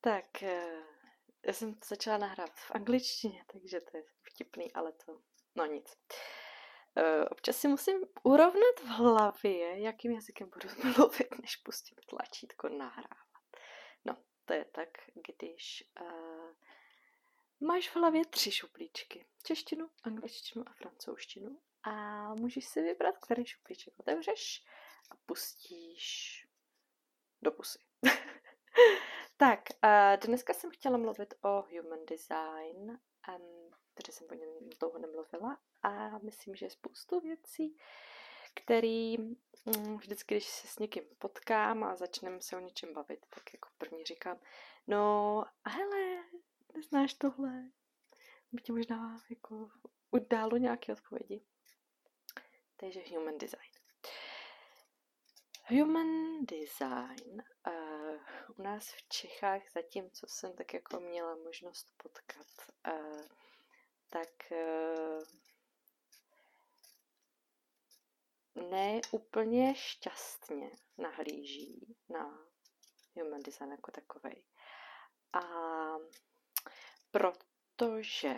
Tak, já jsem to začala nahrávat v angličtině, takže to je vtipný, ale to, no nic. Občas si musím urovnat v hlavě, jakým jazykem budu mluvit, než pustím tlačítko nahrávat. No, to je tak, když máš v hlavě 3 šuplíčky. Češtinu, angličtinu a francouzštinu. A můžeš si vybrat, který šuplíček otevřeš a pustíš do pusy. Tak, dneska jsem chtěla mluvit o human design, protože jsem o něm dlouho nemluvila a myslím, že je spoustu věcí, který vždycky, když se s někým potkám a začneme se o něčem bavit, tak jako první říkám, no a hele, neznáš tohle? By ti možná jako událo nějaké odpovědi. Takže human design. Human design u nás v Čechách, zatím, co jsem tak jako měla možnost potkat, tak ne úplně šťastně nahlíží na human design jako takovej. A protože,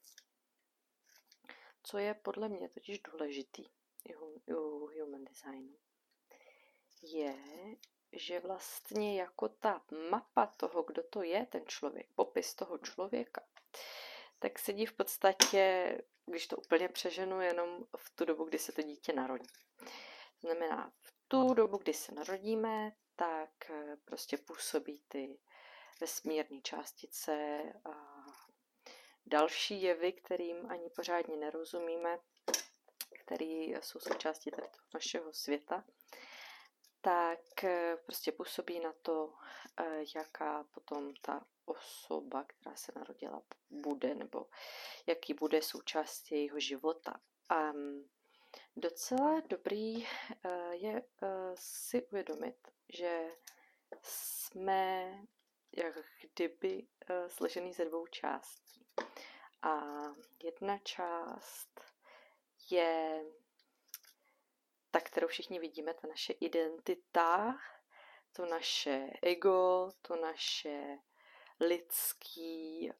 co je podle mě totiž důležitý u human designu, je, že vlastně jako ta mapa toho, kdo to je, ten člověk, popis toho člověka, tak sedí v podstatě, když to úplně přeženu, jenom v tu dobu, kdy se to dítě narodí. To znamená, v tu dobu, kdy se narodíme, tak prostě působí ty vesmírné částice a další jevy, kterým ani pořádně nerozumíme, které jsou součástí tady toho našeho světa, tak prostě působí na to, jaká potom ta osoba, která se narodila, bude, nebo jaký bude součást jejího života. Docela dobrý je si uvědomit, že jsme jak kdyby složený ze 2 částí. A jedna část je ta, kterou všichni vidíme, ta naše identita, to naše ego, to naše lidský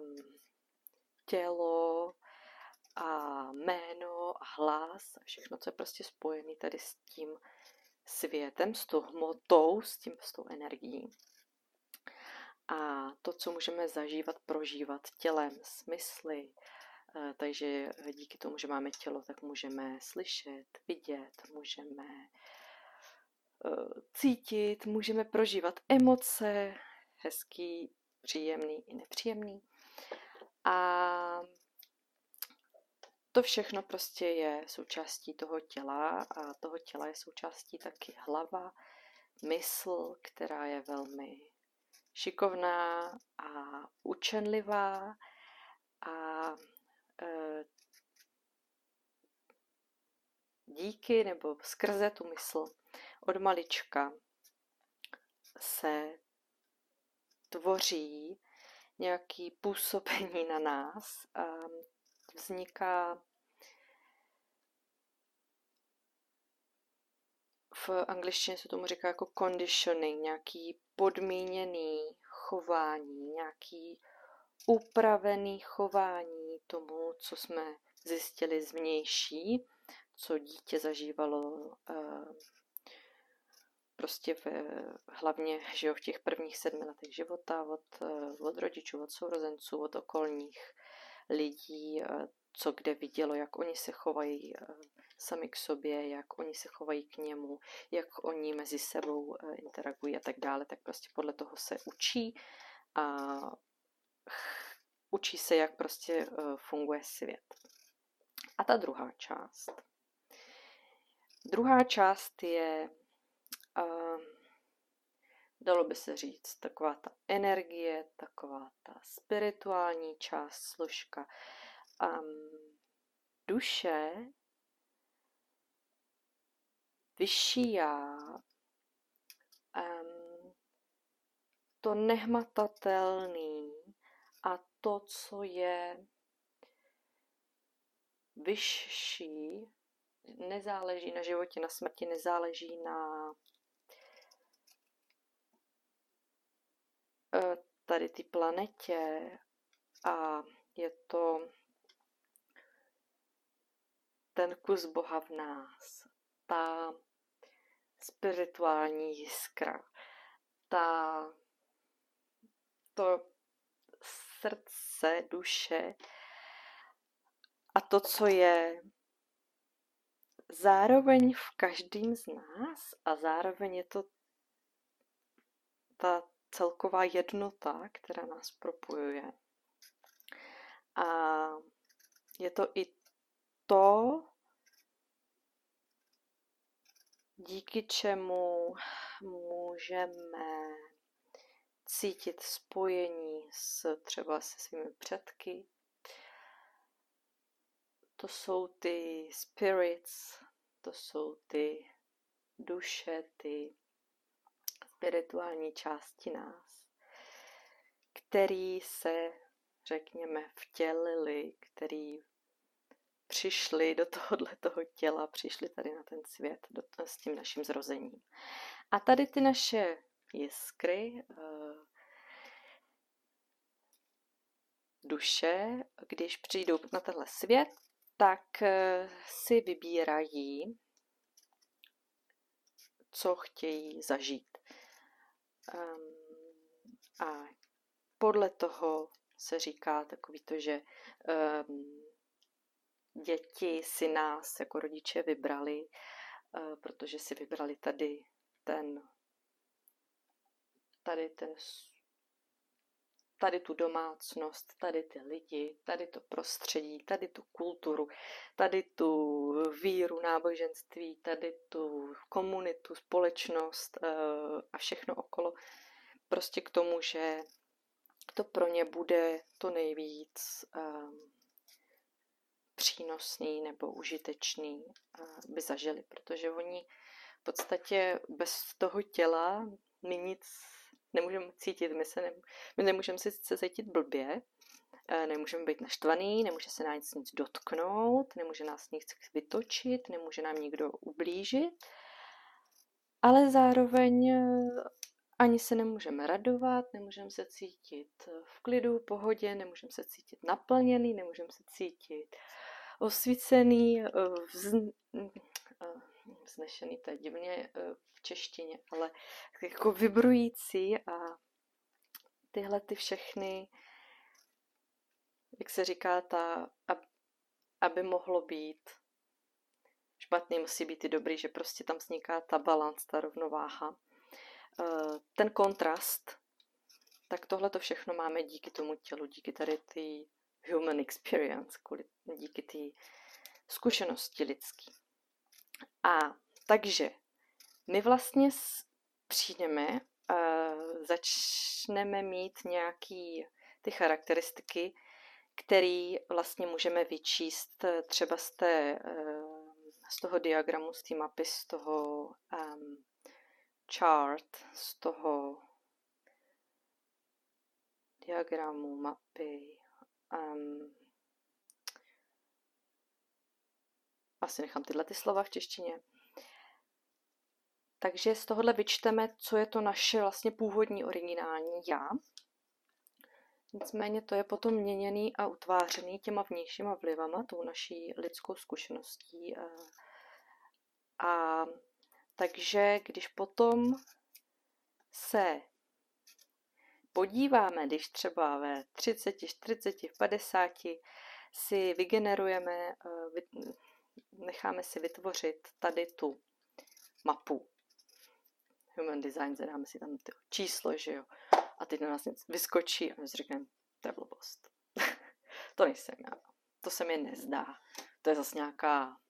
tělo a jméno a hlas a všechno, co je prostě spojené tady s tím světem, s tou hmotou, s tou energií. A to, co můžeme zažívat, prožívat tělem, smysly, takže díky tomu, že máme tělo, tak můžeme slyšet, vidět, můžeme cítit, můžeme prožívat emoce, hezký, příjemný i nepříjemný. A to všechno prostě je součástí toho těla a toho těla je součástí taky hlava, mysl, která je velmi šikovná a učenlivá a díky nebo skrze tu mysl od malička se tvoří nějaké působení na nás. Vzniká v angličtině se tomu říká jako conditioning, nějaký podmíněný chování, nějaký upravený chování tomu, co jsme zjistili zvnější, co dítě zažívalo prostě hlavně že jo, v těch prvních 7 letech života od rodičů, od sourozenců, od okolních lidí, co kde vidělo, jak oni se chovají sami k sobě, jak oni se chovají k němu, jak oni mezi sebou interagují a tak dále, tak prostě podle toho se učí a učí se, jak prostě funguje svět. A ta druhá část je, dalo by se říct, taková ta energie, taková ta spirituální část, složka duše, vyšší já, to nehmatatelný a to, co je vyšší, nezáleží na životě, na smrti, nezáleží na tady té planetě a je to ten kus Boha v nás, ta spirituální jiskra, to srdce, duše a to, co je zároveň v každém z nás a zároveň je to ta celková jednota, která nás propojuje. A je to i to, díky čemu můžeme cítit spojení třeba se svými předky. To jsou ty spirits, to jsou ty duše, ty spirituální části nás, který se, řekněme, vtělili, který přišli do tohoto těla, přišli tady na ten svět s tím naším zrozením. A tady ty naše jiskry, duše, když přijdou na tenhle svět, tak si vybírají, co chtějí zažít. A podle toho se říká takový to, že děti si nás jako rodiče vybrali, protože si vybrali tady tu domácnost, tady ty lidi, tady to prostředí, tady tu kulturu, tady tu víru, náboženství, tady tu komunitu, společnost a všechno okolo. Prostě k tomu, že to pro ně bude to nejvíc přínosný nebo užitečný, by zažili, protože oni v podstatě bez toho těla my nic nemůžeme cítit, my nemůžeme si cítit blbě, nemůžeme být naštvaný, nemůže se nás nic dotknout, nemůže nás nic vytočit, nemůže nám nikdo ublížit, ale zároveň ani se nemůžeme radovat, nemůžeme se cítit v klidu, pohodě, nemůžeme se cítit naplněný, nemůžeme se cítit osvícený, vznešený, to je divně v češtině, ale jako vibrující a tyhle ty všechny, jak se říká, aby mohlo být špatný, musí být i dobrý, že prostě tam vzniká ta balance, ta rovnováha. Ten kontrast, tak tohle to všechno máme díky tomu tělu, díky tady ty human experience, díky té zkušenosti lidský. A takže my vlastně přijdeme, začneme mít nějaký ty charakteristiky, které vlastně můžeme vyčíst třeba z toho diagramu, z té mapy, z toho chart, z toho diagramu, mapy. Asi nechám tyhle ty slova v češtině. Takže z tohohle vyčteme, co je to naše vlastně původní originální já. Nicméně to je potom měněný a utvářený těma vnějšíma vlivama, tou naší lidskou zkušeností. A takže když potom se podíváme, když třeba ve 30, 40, 50 si vygenerujeme, necháme si vytvořit tady tu mapu. Human design, zadáme si tam to číslo, že jo. A teď na nás něco vyskočí a my si říkáme, to je blbost. To nejsem já. To se mi nezdá. To je zase nějaká